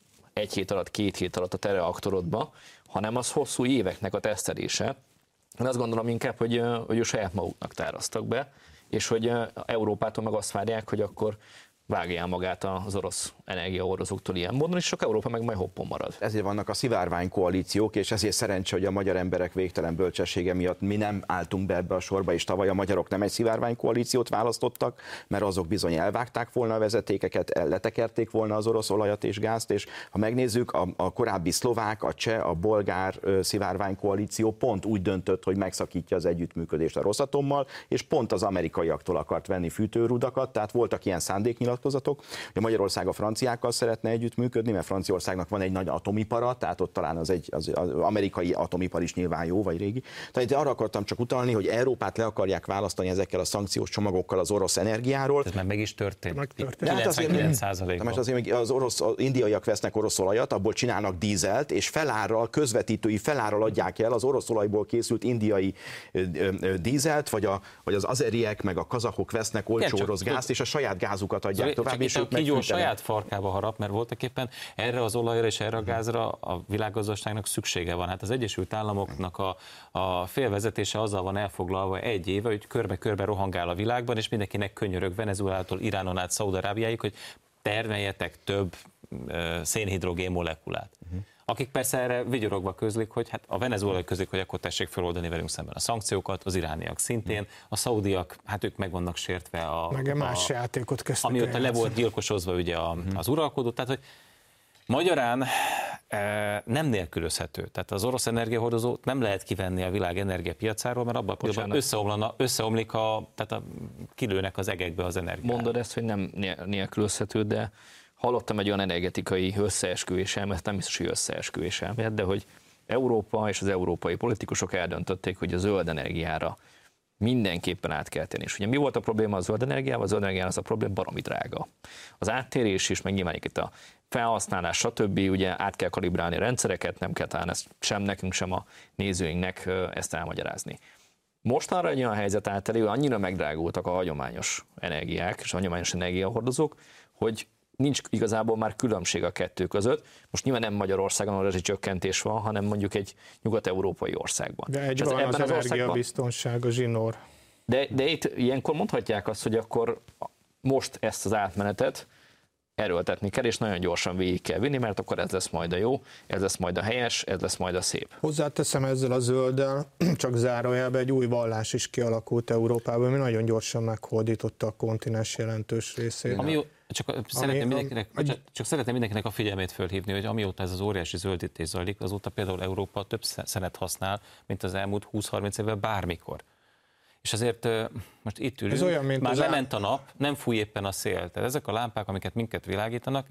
1 hét alatt, 2 hét alatt a te reaktorodba, hanem az hosszú éveknek a tesztelése. Én azt gondolom inkább, hogy ők saját maguknak táraztak be, és hogy Európától meg azt várják, hogy akkor vágja magát az orosz energiahordozóktól ilyen módon, és sok Európa meg majd hoppon marad. Ezért vannak a szivárvány koalíciók, és ezért szerencsé, hogy a magyar emberek végtelen bölcsessége miatt mi nem álltunk be ebbe a sorba, és tavaly a magyarok nem egy szivárvány koalíciót választottak, mert azok bizony elvágták volna a vezetékeket, letekerték volna az orosz olajat és gázt, és ha megnézzük, a korábbi szlovák, a cseh, a bolgár szivárvány koalíció pont úgy döntött, hogy megszakítja az együttműködést a Rosatommal, és pont az amerikaiaktól akart venni fűtőrudakat, tehát voltak ilyen szándéknyilatkozatok, hogy Magyarország a franciákkal szeretne együttműködni, mert Franciaországnak van egy nagy atomipara, tehát ott talán az amerikai atomipar is nyilván jó, vagy régi. Tehát arra akartam csak utalni, hogy Európát le akarják választani ezekkel a szankciós csomagokkal az orosz energiáról. Ez már meg is történt. 99%. Az indiaiak vesznek orosz olajat, abból csinálnak dízelt, és felárral, közvetítői felárral adják el az orosz olajból készült indiai dízelt, vagy az azeriek, meg a kazahok vesznek olcsó orosz gázt, és a saját gázukat adják tovább, és ők így saját farkába harap, mert voltaképpen erre az olajra és erre a gázra a világgazdaságnak szüksége van. Hát az Egyesült Államoknak a félvezetése azzal van elfoglalva 1 éve, hogy körbe-körbe rohangál a világban, és mindenkinek könyörög Venezuelától Iránon át Szaúd-Arábiáig, hogy termeljetek több szénhidrogén molekulát. Akik persze erre vigyorogva közlik, hogy hát a venezuelai közlik, hogy akkor tessék feloldani velünk szemben a szankciókat, az irániak szintén, a szaudiak, hát ők meg vannak sértve meg más játékot kezdtek. Amióta le volt gyilkosozva ugye az uralkodó, tehát hogy magyarán nem nélkülözhető. Tehát az orosz energiahordozót nem lehet kivenni a világ energiapiacáról, mert abban a pillanatban összeomlik, tehát kilőnek az egekbe az energiát. Mondod ezt, hogy nem nélkülözhető, de hallottam egy olyan energetikai összeesküvés elmélet, nem biztos, hogy összeesküvés elmélet, de hogy Európa és az európai politikusok eldöntötték, hogy a zöld energiára mindenképpen át kell tenni. És ugye mi volt a probléma a zöld energiával? A zöld energiával az a probléma baromi drága. Az áttérés is, meg nyilván itt a felhasználás, stb. Ugye át kell kalibrálni a rendszereket, nem kell talán ezt sem nekünk, sem a nézőinknek ezt elmagyarázni. Mostanra egy olyan helyzet állt elő, annyira megdrágultak a hagyományos energiák és a hagyományos energiahordozók, hogy nincs igazából már különbség a kettő között. Most nyilván nem Magyarországon a rezsicsökkentés van, hanem mondjuk egy nyugat-európai országban. De egyben az energiabiztonság, a zsinór. De itt ilyenkor mondhatják azt, hogy akkor most ezt az átmenetet erőltetni kell, és nagyon gyorsan végig kell vinni, mert akkor ez lesz majd a jó, ez lesz majd a helyes, ez lesz majd a szép. Hozzáteszem ezzel a zölddel, csak zárójelben egy új vallás is kialakult Európában, ami nagyon gyorsan meghódította a kontinens jelentős részét. Csak szeretném mindenkinek a figyelmét fölhívni, hogy amióta ez az óriási zöldítés zajlik, azóta például Európa több szenet használ, mint az elmúlt 20-30 évvel bármikor. És azért most itt ülünk, olyan, mint már lement a nap, nem fúj éppen a szél. Tehát ezek a lámpák, amiket minket világítanak,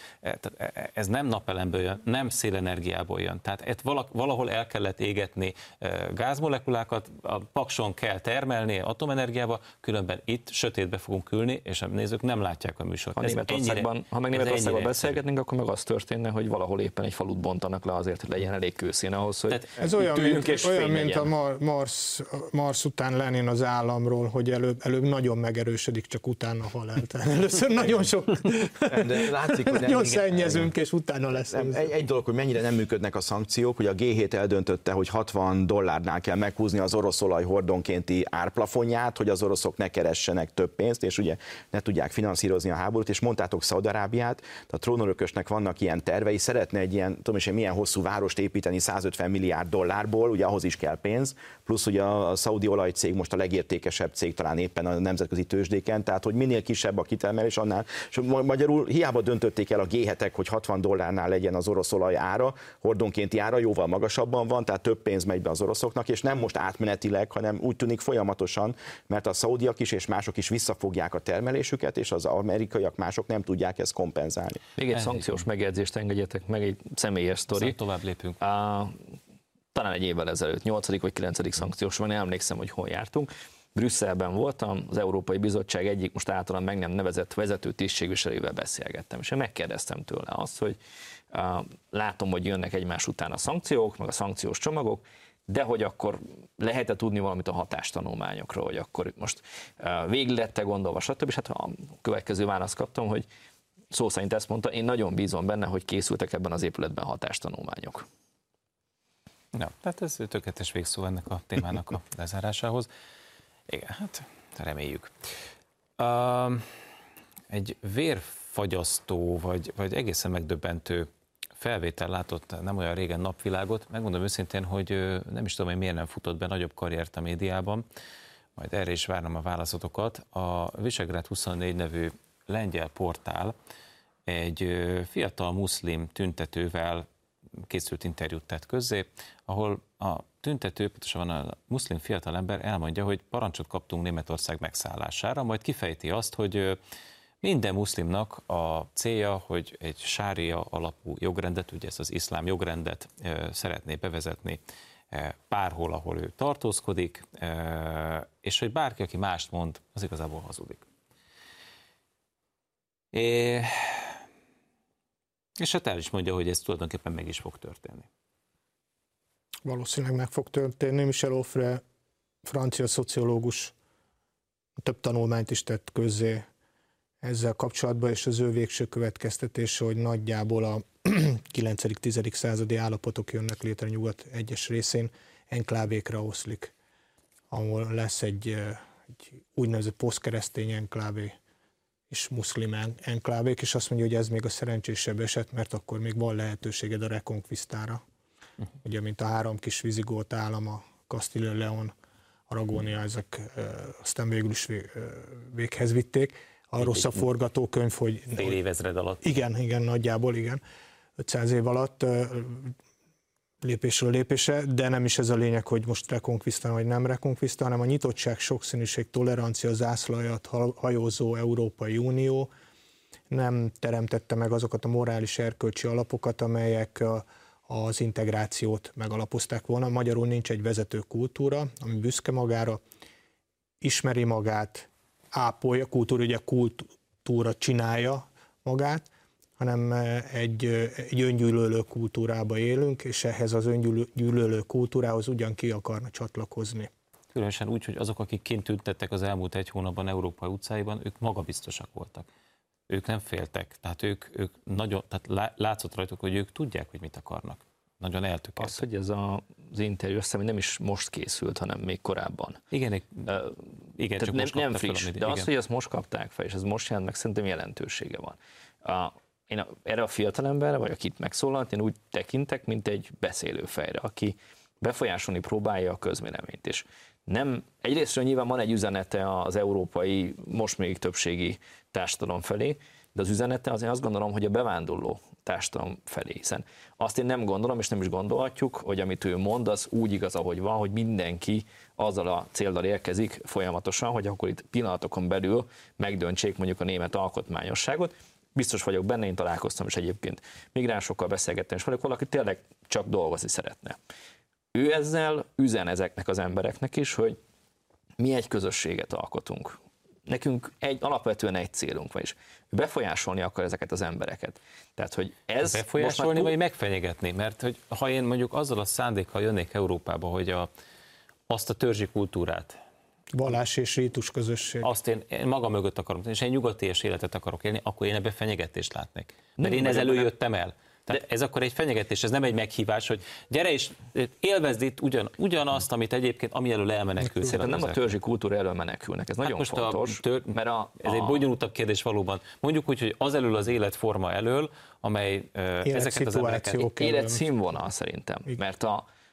ez nem napelemből jön, nem szélenergiából jön. Tehát valahol el kellett égetni gázmolekulákat, a pakson kell termelni atomenergiába, különben itt sötétbe fogunk ülni, és a nézők nem látják a műsort. Ha meg Németországban beszélgetnénk, akkor meg az történne, hogy valahol éppen egy falut bontanak le azért, hogy legyen elég kőszín ahhoz, hogy ez olyan, mint a Mars után Lenin az államról, hogy előbb nagyon megerősödik, csak utána hal el. Először nagyon sok, de látszik, hogy nagyon szennyezünk, és utána lesz. Egy dolog, hogy mennyire nem működnek a szankciók, hogy a G7 eldöntötte, hogy $60 kell meghúzni az orosz olaj hordonkénti árplafonját, hogy az oroszok ne keressenek több pénzt, és ugye ne tudják finanszírozni a háborút, és mondtátok Szaúd-Arábiát, a trónörökösnek vannak ilyen tervei, szeretne egy ilyen, tudom is, milyen hosszú várost építeni $150 milliárd, ugye ahhoz is kell pénz, plusz ugye a szaudi olajcég most a legértékesebb cég talán éppen a nemzetközi tőzsdéken, tehát hogy minél kisebb a kitermelés, annál, és magyarul hiába döntötték el a G7-ek, hogy $60 legyen az orosz olaj ára, hordonkénti ára jóval magasabban van, tehát több pénz megy be az oroszoknak, és nem most átmenetileg, hanem úgy tűnik folyamatosan, mert a szaudiak is és mások is visszafogják a termelésüket, és az amerikaiak mások nem tudják ezt kompenzálni. Még egy szankciós megjegyzést engedjetek meg, egy személyes sztori. Tovább lépünk. Talán egy évvel ezelőtt, 8. vagy 9. szankciós van, emlékszem, hogy hol jártunk. Brüsszelben voltam, az Európai Bizottság egyik most általán meg nem nevezett vezető tisztségviselővel beszélgettem, és én megkérdeztem tőle azt, hogy látom, hogy jönnek egymás után a szankciók, meg a szankciós csomagok, de hogy akkor lehet-e tudni valamit a hatástanulmányokról, hogy akkor most végig lett-e gondolva, stb. És hát a következő választ kaptam, hogy szó szerint ezt mondta, én nagyon bízom benne, hogy készültek ebben az épületben hatástanulmányok. Ja, tehát ez tökéletes végszó ennek a témának a lezárásához. Igen, hát reméljük. Egy vérfagyasztó, vagy egészen megdöbbentő felvétel látott nem olyan régen napvilágot. Megmondom őszintén, hogy nem is tudom, hogy miért nem futott be nagyobb karriert a médiában. Majd erre is várnom a válaszotokat. A Visegrád 24 nevű lengyel portál egy fiatal muszlim tüntetővel készült interjút tett közzé, ahol a tüntető, pontosabban a muszlim fiatalember elmondja, hogy parancsot kaptunk Németország megszállására, majd kifejti azt, hogy minden muszlimnak a célja, hogy egy sária alapú jogrendet, ugye ezt az iszlám jogrendet szeretné bevezetni bárhol, ahol ő tartózkodik, és hogy bárki, aki mást mond, az igazából hazudik. És hát el is mondja, hogy ez tulajdonképpen meg is fog történni. Valószínűleg meg fog történni. Michel Onfray, francia szociológus, több tanulmányt is tett közzé ezzel kapcsolatban, és az ő végső következtetése, hogy nagyjából a 9.-10. századi állapotok jönnek létre nyugat egyes részén, enklávékra oszlik, ahol lesz egy úgynevezett posztkeresztény enklávé és muszlim enklávék, és azt mondja, hogy ez még a szerencsésebb eset, mert akkor még van lehetőséged a rekonkvisztára. Ugye, mint a 3 kis vizigót állam, a Castilla Leon, Aragónia, ezek aztán végül is véghez vitték. A rossz a forgatókönyv, hogy... Fél évezred alatt. Igen, nagyjából, igen. 500 év alatt lépésről lépésre, de nem is ez a lényeg, hogy most rekonkviszta vagy nem rekonkviszta, hanem a nyitottság, sokszínűség, tolerancia, zászlajat hajózó Európai Unió nem teremtette meg azokat a morális erkölcsi alapokat, amelyek az integrációt megalapozták volna. Magyarul nincs egy vezető kultúra, ami büszke magára, ismeri magát, ápolja, kultúra csinálja magát, hanem egy öngyűlölő kultúrába élünk, és ehhez az öngyűlölő kultúrához ugyan ki akarna csatlakozni. Különösen úgy, hogy azok, akik kint tüntettek az elmúlt 1 hónapban Európai utcáiban, ők magabiztosak voltak. Ők nem féltek, tehát ők nagyon, tehát látszott rajtuk, hogy ők tudják, hogy mit akarnak. Nagyon eltökéltek. Az, hogy ez az interjú azt hiszem, nem is most készült, hanem még korábban. Igen, csak nem friss, de az, hogy ezt most kapták fel, és ez most jelent meg, szerintem jelentősége van. Én erre a fiatalemberre, vagy akit megszólalt, én úgy tekintek, mint egy beszélőfejre, aki befolyásolni próbálja a közvéleményt. És nem, egyrésztről nyilván van egy üzenete az európai, most még többségi társadalom felé, de az üzenete azért azt gondolom, hogy a bevándorló társadalom felé, hiszen azt én nem gondolom, és nem is gondolhatjuk, hogy amit ő mond, az úgy igaz, ahogy van, hogy mindenki azzal a céllal érkezik folyamatosan, hogy akkor itt pillanatokon belül megdöntsék mondjuk a német alkotmányosságot. Biztos vagyok benne, én találkoztam is egyébként migránsokkal beszélgettem, és valaki tényleg csak dolgozni szeretne. Ő ezzel üzen ezeknek az embereknek is, hogy mi egy közösséget alkotunk. Nekünk alapvetően egy célunk van, és befolyásolni akar ezeket az embereket. Tehát, hogy ez befolyásolni vagy megfenyegetni? Mert hogy ha én mondjuk azzal a szándékkal jönnék Európába, hogy azt a törzsi kultúrát, vallás és rítus közösség. azt én magam mögött akarom, és egy nyugaties életet akarok élni, akkor én ebbe fenyegetést látnék. Mert én ezzel jöttem el. Tehát ez akkor egy fenyegetés, ez nem egy meghívás, hogy gyere és élvezd itt ugyanazt, amit egyébként, ami elől elmenekülsz. Nem a törzsi kultúra elől menekülnek, ez nagyon fontos. Ez egy bonyolultabb kérdés valóban. Mondjuk úgy, hogy az elől az életforma elől, amely ezeket az embereket... Életszínvonal szerintem, mert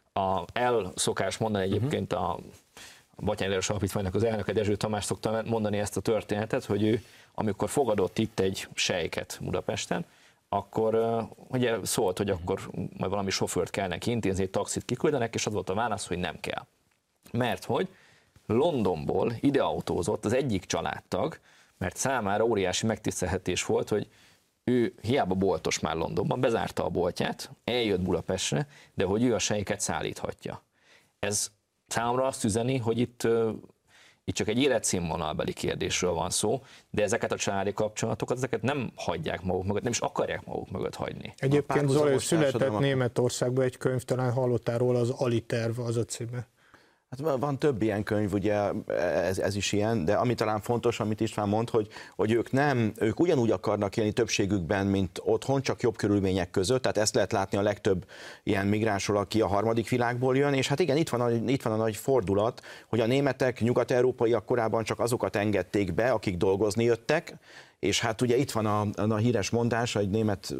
el szokás mondani egyébként a Batthyány Lajos Alapítványnak az elnöke Dezső Tamás szokta mondani ezt a történetet, hogy ő, amikor fogadott itt egy sejket Budapesten, akkor ugye szólt, hogy akkor majd valami sofőrt kell neki intézni, egy taxit kiküldenek, és az volt a válasz, hogy nem kell. Mert hogy Londonból ide autózott az egyik családtag, mert számára óriási megtiszteltetés volt, hogy ő hiába boltos már Londonban, bezárta a boltját, eljött Budapestre, de hogy ő a sejket szállíthatja. Ez számomra azt üzeni, hogy itt csak egy életszínvonalbeli kérdésről van szó, de ezeket a családi kapcsolatokat, ezeket nem hagyják maguk mögött, nem is akarják maguk mögött hagyni. Egyébként Zoli, született Németországban egy könyv, talán hallottál róla, az Aliterv az a címe. Hát van több ilyen könyv, ugye ez is ilyen, de ami talán fontos, amit István mond, hogy ők ugyanúgy akarnak élni többségükben, mint otthon, csak jobb körülmények között, tehát ezt lehet látni a legtöbb ilyen migránsról, aki a harmadik világból jön, és hát igen, itt van a nagy fordulat, hogy a németek, nyugat-európaiak korábban csak azokat engedték be, akik dolgozni jöttek, és hát ugye itt van a híres mondás, egy német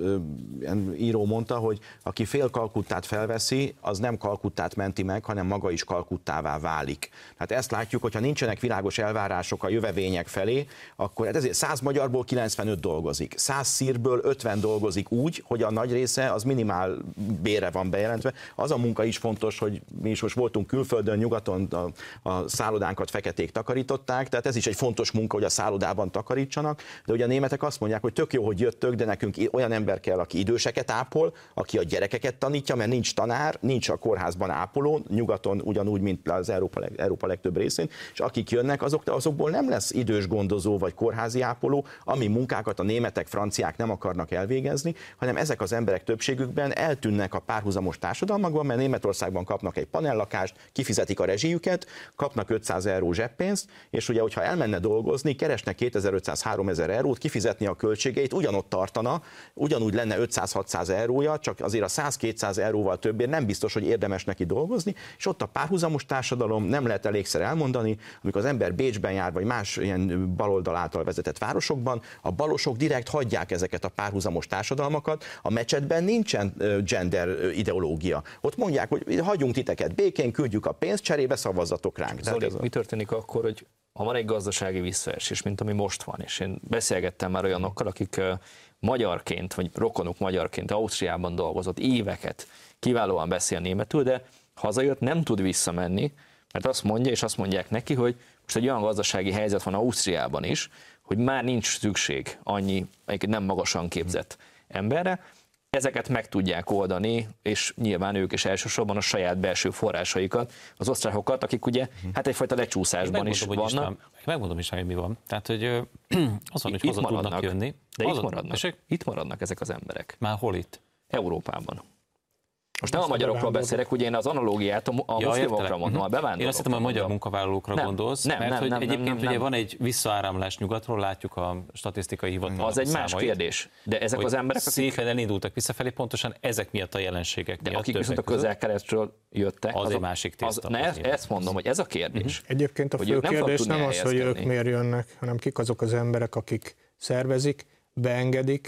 író mondta, hogy aki fél Kalkuttát felveszi, az nem Kalkuttát menti meg, hanem maga is Kalkuttává válik. Hát ezt látjuk, hogyha nincsenek világos elvárások a jövevények felé, akkor ezért 100 magyarból 95 dolgozik. 100 szírből 50 dolgozik úgy, hogy a nagy része az minimál bérre van bejelentve. Az a munka is fontos, hogy mi is most voltunk külföldön, nyugaton a szállodánkat feketék takarították, tehát ez is egy fontos munka, hogy a szállodában takarítsanak. De ugye a németek azt mondják, hogy tök jó, hogy jöttök, de nekünk olyan ember kell, aki időseket ápol, aki a gyerekeket tanítja, mert nincs tanár, nincs a kórházban ápoló, nyugaton ugyanúgy, mint az Európa legtöbb részén, és akik jönnek, azokból nem lesz idős gondozó vagy kórházi ápoló, ami munkákat a németek, franciák nem akarnak elvégezni, hanem ezek az emberek többségükben eltűnnek a párhuzamos társadalmakban, mert Németországban kapnak egy panellakást, kifizetik a rezsijüket, kapnak 500 euró zseppénzt, és ugye, hogyha elmenne dolgozni, keresnek 2500-3000 eurót, kifizetni a költségeit, ugyanott tartana, ugyanúgy lenne 500-600 eurója, csak azért a 100-200 euróval többért nem biztos, hogy érdemes neki dolgozni, és ott a párhuzamos társadalom, nem lehet elégszer elmondani, amikor az ember Bécsben jár, vagy más ilyen baloldal által vezetett városokban, a balosok direkt hagyják ezeket a párhuzamos társadalmakat, a mecsetben nincsen gender ideológia. Ott mondják, hogy hagyjunk titeket békén, küldjük a pénzt, cserébe szavazzatok ránk. Zoli, mi történik akkor, hogy ha van egy gazdasági visszaesés, mint ami most van, és én beszélgettem már olyanokkal, akik magyarként, vagy rokonuk magyarként Ausztriában dolgozott éveket, kiválóan beszél németül, de hazajött, nem tud visszamenni, mert azt mondja, és azt mondják neki, hogy most egy olyan gazdasági helyzet van Ausztriában is, hogy már nincs szükség annyi nem magasan képzett emberre, ezeket meg tudják oldani, és nyilván ők is elsősorban a saját belső forrásaikat, az osztrákokat, akik ugye hát egyfajta lecsúszásban is vannak. Megmondom is, hogy mi van. Tehát, hogy azon, hogy haza tudnak jönni. De itt maradnak ezek az emberek. Már hol itt? Európában. Most nem a magyarokról beszélek, ugye én az analógiát a muszlimokra mondom, a bevándorlókra. Én azt hittem, a magyar munkavállalókra gondolsz, mert hogy egyébként ugye van egy visszaáramlás nyugatról, látjuk a statisztikai hivatal. Az egy más kérdés. De ezek az emberek, akik szépen elindultak visszafelé, pontosan ezek miatt a jelenségek miatt. De akik viszont a Közel-Keletről jöttek, az egy másik tészta. Ezt mondom, hogy ez a kérdés. Egyébként a fő kérdés nem az, hogy ők miért jönnek, hanem kik azok az emberek, akik szervezik, beengedik,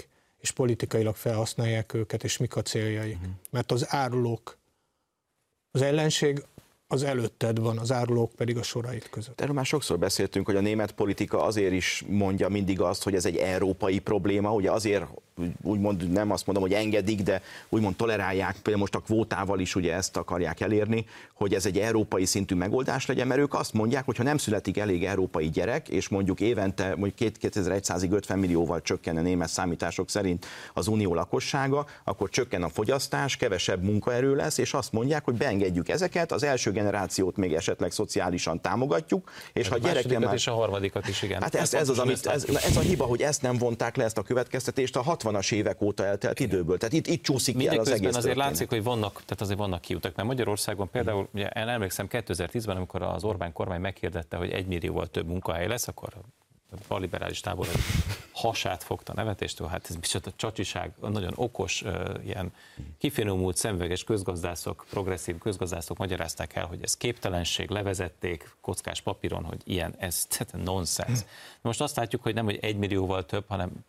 és politikailag felhasználják őket, és mik a céljaik. Mert az árulók, az ellenség az előtted van, az árulók pedig a soraid között. Erről már sokszor beszéltünk, hogy a német politika azért is mondja mindig azt, hogy ez egy európai probléma, ugye azért úgymond nem azt mondom, hogy engedik, de úgymond tolerálják, például most a kvótával is ugye ezt akarják elérni, hogy ez egy európai szintű megoldás legyen, mert ők azt mondják, hogy ha nem születik elég európai gyerek, és mondjuk évente mondjuk 2100-ig 50 millióval csökken a német számítások szerint az unió lakossága, akkor csökken a fogyasztás, kevesebb munkaerő lesz, és azt mondják, hogy beengedjük ezeket, az első generációt még esetleg szociálisan támogatjuk, és ha a gyerekem már... és a harmadikat is, igen. Hát ez a hiba, hogy ezt nem vonták le, ezt a következtetést a 60-as évek óta eltelt időből. Tehát itt csúszik ki el az egész azért látszik, hogy vannak kiutak, mert Magyarországon például, ugye én emlékszem 2010-ben, amikor az Orbán kormány meghirdette, hogy 1 millióval több munkahely lesz, akkor a balliberális tábor hasát fogta nevetéstől, hát ez micsoda csacsiság, nagyon okos, ilyen kifinomult, szemüveges közgazdászok, progresszív közgazdászok magyarázták el, hogy ez képtelenség, levezették kockás papíron, hogy ilyen, ez nonsens. Most azt látjuk, hogy nem, hogy 1 millióval több,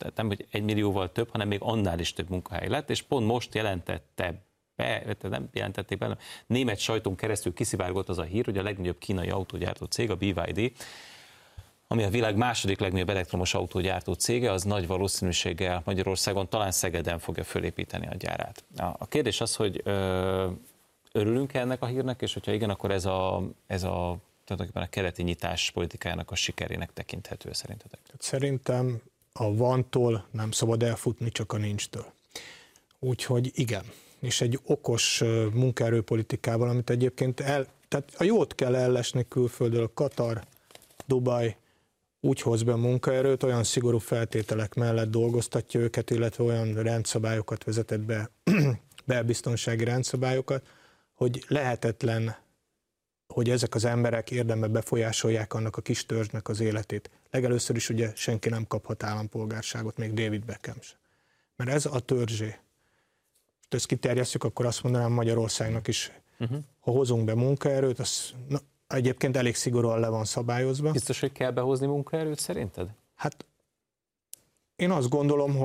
hanem még annál is több munkahely lett, és pont most jelentette nem jelentették be, német sajton keresztül kiszivárgott az a hír, hogy a legnagyobb kínai autógyártó cég, a BYD, ami a világ második legnagyobb elektromos autógyártó cége, az nagy valószínűséggel Magyarországon, talán Szegeden fogja fölépíteni a gyárát. A kérdés az, hogy örülünk-e ennek a hírnek, és hogyha igen, akkor ez a tulajdonképpen a keleti nyitás politikájának a sikerének tekinthető szerintetek? Szerintem a vantól nem szabad elfutni, csak a nincstől. Úgyhogy igen. És egy okos munkaerőpolitikával, amit egyébként tehát a jót kell ellesni külföldről, Katar, Dubaj úgy hoz be munkaerőt, olyan szigorú feltételek mellett dolgoztatja őket, illetve olyan rendszabályokat vezetett be, belbiztonsági rendszabályokat, hogy lehetetlen, hogy ezek az emberek érdemben befolyásolják annak a kis törzsnek az életét. Legelőször is ugye senki nem kaphat állampolgárságot, még David Beckham sem. Mert ez a törzsé. Ha ezt kiterjesztjük, akkor azt mondanám Magyarországnak is, ha hozunk be munkaerőt, az egyébként elég szigorúan le van szabályozva. Biztos, hogy kell behozni munkaerőt szerinted? Hát én azt gondolom,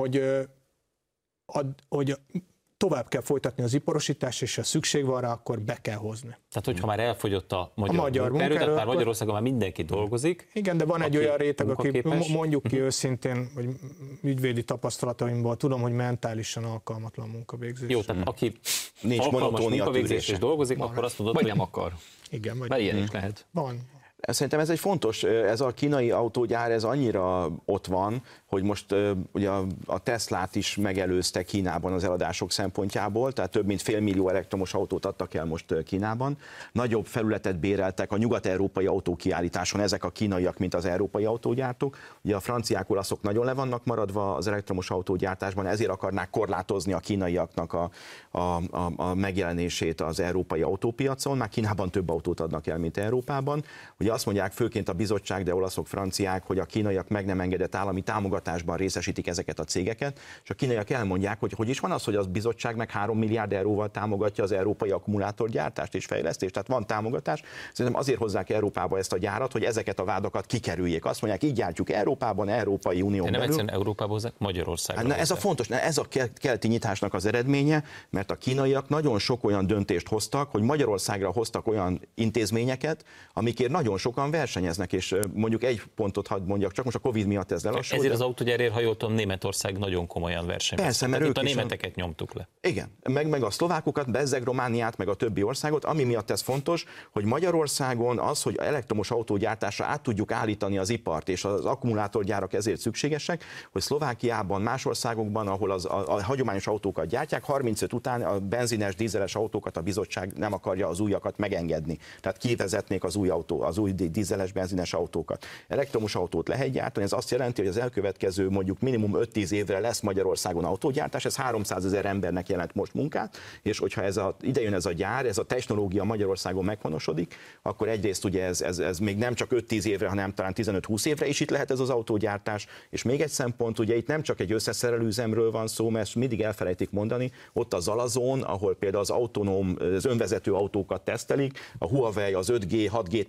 hogy tovább kell folytatni az iparosítást, és ha szükség van rá, akkor be kell hozni. Tehát, hogyha már elfogyott a magyar munkaerő, tehát már Magyarországon már mindenki dolgozik. Igen, de van egy olyan réteg, aki mondjuk ki őszintén, hogy ügyvédi tapasztalataimból tudom, hogy mentálisan alkalmatlan munkavégzés. Jó, tehát aki nincs alkalmas munkavégzés és dolgozik, van. Akkor azt mondod, vagy hogy nem akar. Igen, vagy mert ilyen is lehet. Van. Szerintem ez egy fontos, ez a kínai autógyár, ez annyira ott van, hogy most ugye a Teslát is megelőzte Kínában az eladások szempontjából, tehát több mint 500 000 elektromos autót adtak el most Kínában. Nagyobb felületet béreltek a nyugat-európai autókiállításon ezek a kínaiak, mint az európai autógyártók. Ugye a franciák, olaszok nagyon le vannak maradva az elektromos autógyártásban, ezért akarnák korlátozni a kínaiaknak a megjelenését az európai autópiacon. Már Kínában több autót adnak el, mint Európában. Ugye azt mondják főként a bizottság, de olaszok, franciák, hogy a kínaiak meg nem engedett állami támogatásban részesítik ezeket a cégeket, és a kínaiak elmondják, hogy is van az, hogy a bizottság meg 3 milliárd euróval támogatja az európai akkumulátorgyártást és fejlesztést, tehát van támogatás. Szerintem azért hozzák Európába ezt a gyárat, hogy ezeket a vádakat kikerüljék. Azt mondják, így gyártjuk Európában, Európai Unión belül. Nem egyszerűen Európába hozzák, Magyarországra. Ez a fontos, ez a keleti nyitásnak az eredménye, mert a kínaiak nagyon sok olyan döntést hoztak, hogy Magyarországra hoztak olyan intézményeket, amikért nagyon sokan versenyeznek, és mondjuk egy pontot hadd mondjak, csak most a Covid miatt ez lelassult. Ezért az autógyárért, ha jól tudom, Németország nagyon komolyan versenyez. Persze, mert ők a németeket nyomtuk le. Igen, meg a szlovákokat, bezzeg Romániát, meg a többi országot, ami miatt ez fontos, hogy Magyarországon az, hogy elektromos autógyártásra át tudjuk állítani az ipart, és az akkumulátorgyárak ezért szükségesek, hogy Szlovákiában, más országokban, ahol a hagyományos autókat gyártják, 35 után a benzines, dízeles autókat a bizottság nem akarja az újakat megengedni. Tehát kivezetnék az új dízeles, benzines autókat. Elektromos autót lehet gyártani, ez azt jelenti, hogy az elkövetkező mondjuk minimum 5-10 évre lesz Magyarországon autógyártás, ez 300 000 embernek jelent most munkát, és hogyha ide jön ez a gyár, ez a technológia Magyarországon meghonosodik, akkor egyrészt ugye ez még nem csak 5-10 évre, hanem talán 15-20 évre is itt lehet ez az autógyártás, és még egy szempont, ugye itt nem csak egy összeszerelőüzemről van szó, mert mindig elfelejtik mondani, ott a Zalazón, ahol például az önvezető autókat tesztelik, a Huawei az 5G, 6G technológia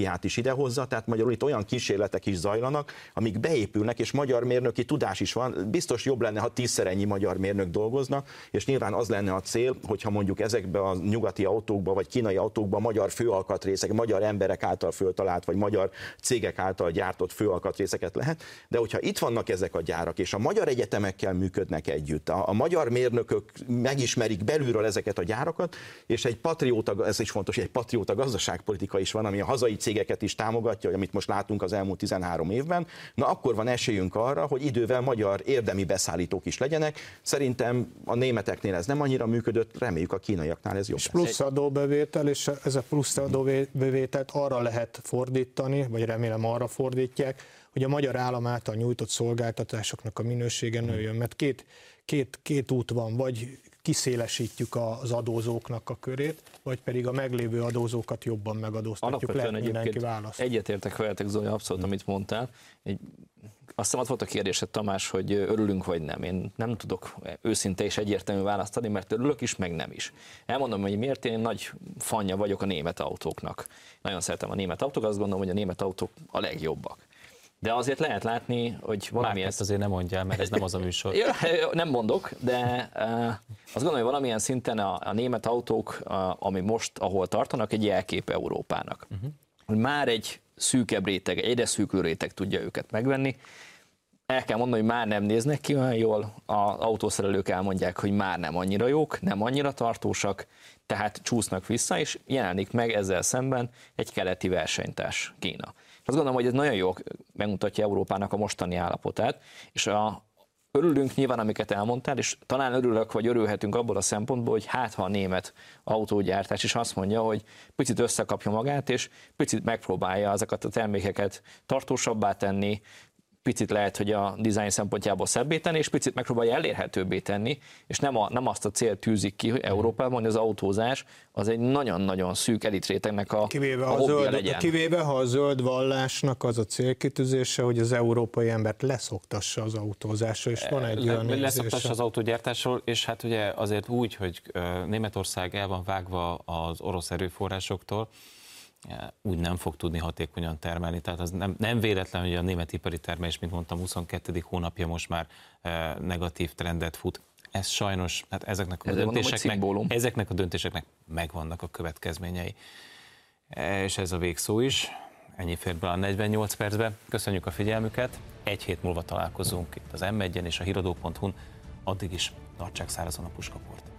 technológiát is idehozza, tehát magyarul itt olyan kísérletek is zajlanak, amik beépülnek, és magyar mérnöki tudás is van. Biztos jobb lenne, ha 10-szer ennyi magyar mérnök dolgozna, és nyilván az lenne a cél, hogyha mondjuk ezekbe a nyugati autókba, vagy kínai autókba magyar főalkatrészek, magyar emberek által föltalált, vagy magyar cégek által gyártott főalkatrészeket lehet, de hogyha itt vannak ezek a gyárak, és a magyar egyetemekkel működnek együtt, a magyar mérnökök megismerik belülről ezeket a gyárakat, és egy patrióta, ez is fontos, egy patrióta gazdaságpolitika is van, ami a hazai cégeket is támogatja, amit most látunk az elmúlt 13 évben, na akkor van esélyünk arra, hogy idővel magyar érdemi beszállítók is legyenek. Szerintem a németeknél ez nem annyira működött, reméljük a kínaiaknál ez jobb. És plusz adóbevétel, és ez a plusz adóbevételt arra lehet fordítani, vagy remélem arra fordítják, hogy a magyar állam által nyújtott szolgáltatásoknak a minősége nőjön, mert két út van, vagy kiszélesítjük az adózóknak a körét, vagy pedig a meglévő adózókat jobban megadóztatjuk. Lehet mindenki választ. Egyetértek veletek, Zoli, abszolút, amit mondtál. Azt hiszem, volt a kérdésed, Tamás, hogy örülünk vagy nem. Én nem tudok őszinte és egyértelmű választ adni, mert örülök is, meg nem is. Elmondom, hogy miért én nagy fanja vagyok a német autóknak. Nagyon szeretem a német autókat, azt gondolom, hogy a német autók a legjobbak. De azért lehet látni, hogy valamilyen... Ezt azért nem mondjál, mert ez nem az a műsor. Nem mondok, de azt gondolom, hogy valamilyen szinten a német autók, ami most, ahol tartanak, egy jelkép Európának. Hogy már egy szűkebb réteg, egyre szűkülő réteg tudja őket megvenni. El kell mondani, hogy már nem néznek ki olyan jól, az autószerelők elmondják, hogy már nem annyira jók, nem annyira tartósak, tehát csúsznak vissza, és jelenik meg ezzel szemben egy keleti versenytárs, Kína. Azt gondolom, hogy ez nagyon jól megmutatja Európának a mostani állapotát, és örülünk nyilván, amiket elmondtál, és talán örülök, vagy örülhetünk abból a szempontból, hogy hát ha a német autógyártás is azt mondja, hogy picit összekapja magát, és picit megpróbálja ezeket a termékeket tartósabbá tenni, picit lehet, hogy a dizájn szempontjából szebbé tenni, és picit megpróbálja elérhetőbbé tenni, és nem azt a célt tűzik ki, hogy Európában, hogy az autózás az egy nagyon-nagyon szűk elitrétegnek a hobbija legyen. Kivéve, ha a zöld vallásnak az a célkitűzése, hogy az európai embert leszoktassa az autózásra, és van egy olyan leszoktassa az autógyártásról, és hát ugye azért úgy, hogy Németország el van vágva az orosz erőforrásoktól, úgy nem fog tudni hatékonyan termelni. Tehát az nem véletlen, hogy a német ipari termelés, mint mondtam, 22. hónapja most már negatív trendet fut. Ez sajnos, hát ezeknek a döntéseknek megvannak a következményei. És ez a végszó is. Ennyi fér bele a 48 percbe. Köszönjük a figyelmüket. Egy hét múlva találkozunk itt az M1-en és a híradó.hu-n. Addig is tartsák szárazon a puskaport.